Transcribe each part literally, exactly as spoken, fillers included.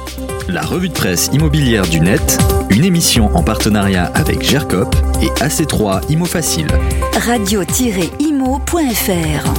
La revue de presse immobilière du net, une émission en partenariat avec Gercop et A C trois Imo Facile. radio tiret imo point f r.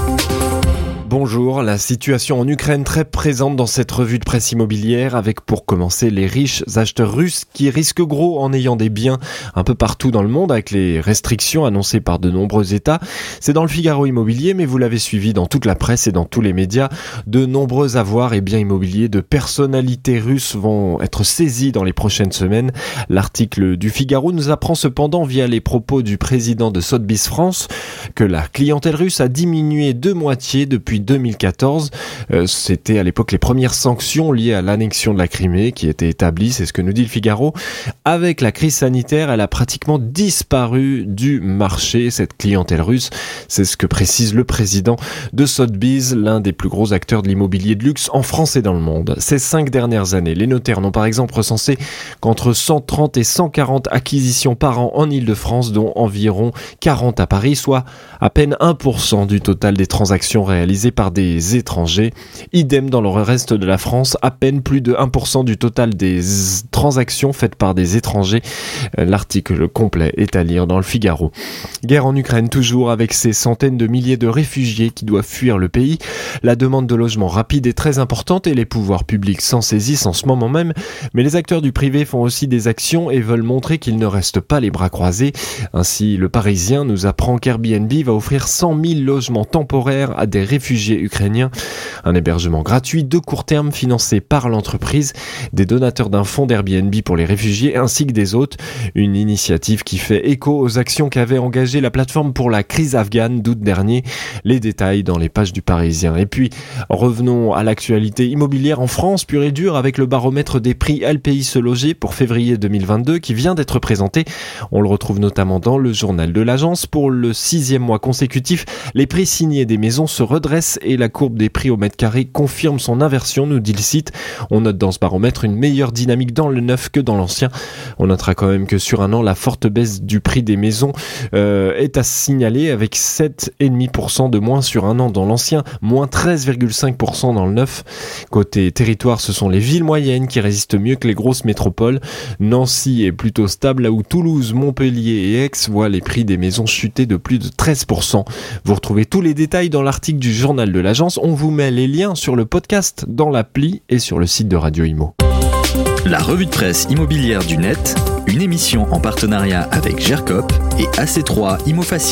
Bonjour, la situation en Ukraine très présente dans cette revue de presse immobilière avec pour commencer les riches acheteurs russes qui risquent gros en ayant des biens un peu partout dans le monde avec les restrictions annoncées par de nombreux États. C'est dans le Figaro Immobilier, mais vous l'avez suivi dans toute la presse et dans tous les médias. De nombreux avoirs et biens immobiliers de personnalités russes vont être saisis dans les prochaines semaines. L'article du Figaro nous apprend cependant via les propos du président de Sotheby's France que la clientèle russe a diminué de moitié depuis deux mille quatorze. Euh, c'était à l'époque les premières sanctions liées à l'annexion de la Crimée qui étaient établies, c'est ce que nous dit le Figaro. Avec la crise sanitaire, elle a pratiquement disparu du marché, cette clientèle russe. C'est ce que précise le président de Sotheby's, l'un des plus gros acteurs de l'immobilier de luxe en France et dans le monde. Ces cinq dernières années, les notaires n'ont par exemple recensé qu'entre cent trente et cent quarante acquisitions par an en Île-de-France, dont environ quarante à Paris, soit à peine un pour cent du total des transactions réalisées par des étrangers. Idem dans le reste de la France, à peine plus de un pour cent du total des transactions faites par des étrangers. L'article complet est à lire dans le Figaro. Guerre en Ukraine toujours, avec ces centaines de milliers de réfugiés qui doivent fuir le pays. La demande de logement rapide est très importante et les pouvoirs publics s'en saisissent en ce moment même, mais les acteurs du privé font aussi des actions et veulent montrer qu'ils ne restent pas les bras croisés. Ainsi, le Parisien nous apprend qu'Airbnb va offrir cent mille logements temporaires à des réfugiés ukrainiens. Un hébergement gratuit de court terme financé par l'entreprise, des donateurs d'un fonds d'Airbnb pour les réfugiés ainsi que des hôtes. Une initiative qui fait écho aux actions qu'avait engagées la plateforme pour la crise afghane d'août dernier. Les détails dans les pages du Parisien. Et puis, revenons à l'actualité immobilière en France, pure et dure, avec le baromètre des prix L P I Se Loger pour février deux mille vingt-deux qui vient d'être présenté. On le retrouve notamment dans le journal de l'agence. Pour le sixième mois consécutif, les prix signés des maisons se redressent et la courbe des prix au mètre carré confirme son inversion, nous dit le site. On note dans ce baromètre une meilleure dynamique dans le neuf que dans l'ancien. On notera quand même que sur un an, la forte baisse du prix des maisons euh, est à signaler, avec sept virgule cinq pour cent de moins sur un an dans l'ancien, moins treize virgule cinq pour cent dans le neuf. Côté territoire, ce sont les villes moyennes qui résistent mieux que les grosses métropoles. Nancy est plutôt stable, là où Toulouse, Montpellier et Aix voient les prix des maisons chuter de plus de treize pour cent. Vous retrouvez tous les détails dans l'article du journal de l'agence. On vous met les liens sur le podcast, dans l'appli et sur le site de Radio Imo. La revue de presse immobilière du net, une émission en partenariat avec Gercop et A C trois Imo Facile.